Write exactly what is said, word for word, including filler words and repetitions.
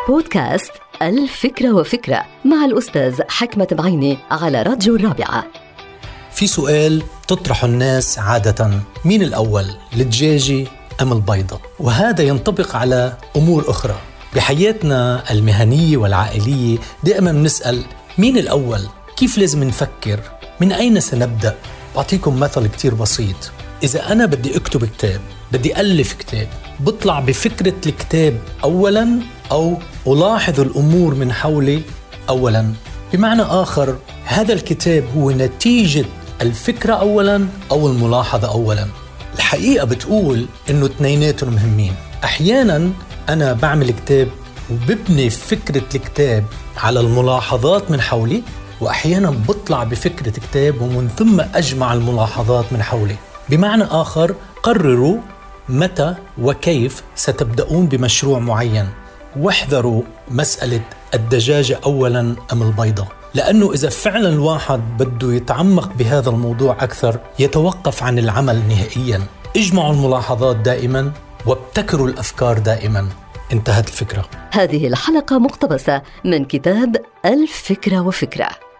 بودكاست الفكرة وفكرة مع الأستاذ حكمة بعيني على راديو الرابعة. في سؤال تطرح الناس عادة: مين الأول، الدجاجة أم البيضة؟ وهذا ينطبق على أمور أخرى بحياتنا المهنية والعائلية. دائما نسأل مين الأول؟ كيف لازم نفكر؟ من أين سنبدأ؟ بعطيكم مثل كتير بسيط. إذا أنا بدي أكتب كتاب، بدي ألف كتاب، بطلع بفكرة الكتاب أولا أو ألاحظ الأمور من حولي أولا؟ بمعنى آخر، هذا الكتاب هو نتيجة الفكرة أولا أو الملاحظة أولا؟ الحقيقة بتقول إنه اثنيناتهم مهمين. أحيانا أنا بعمل كتاب وببني فكرة الكتاب على الملاحظات من حولي، وأحيانا بطلع بفكرة كتاب ومن ثم أجمع الملاحظات من حولي. بمعنى آخر، قرروا متى وكيف ستبدأون بمشروع معين، واحذروا مسألة الدجاجة أولا أم البيضة، لأنه إذا فعلا الواحد بده يتعمق بهذا الموضوع أكثر يتوقف عن العمل نهائيا. اجمعوا الملاحظات دائما وابتكروا الأفكار دائما. انتهت الفكرة. هذه الحلقة مقتبسة من كتاب الفكرة وفكرة.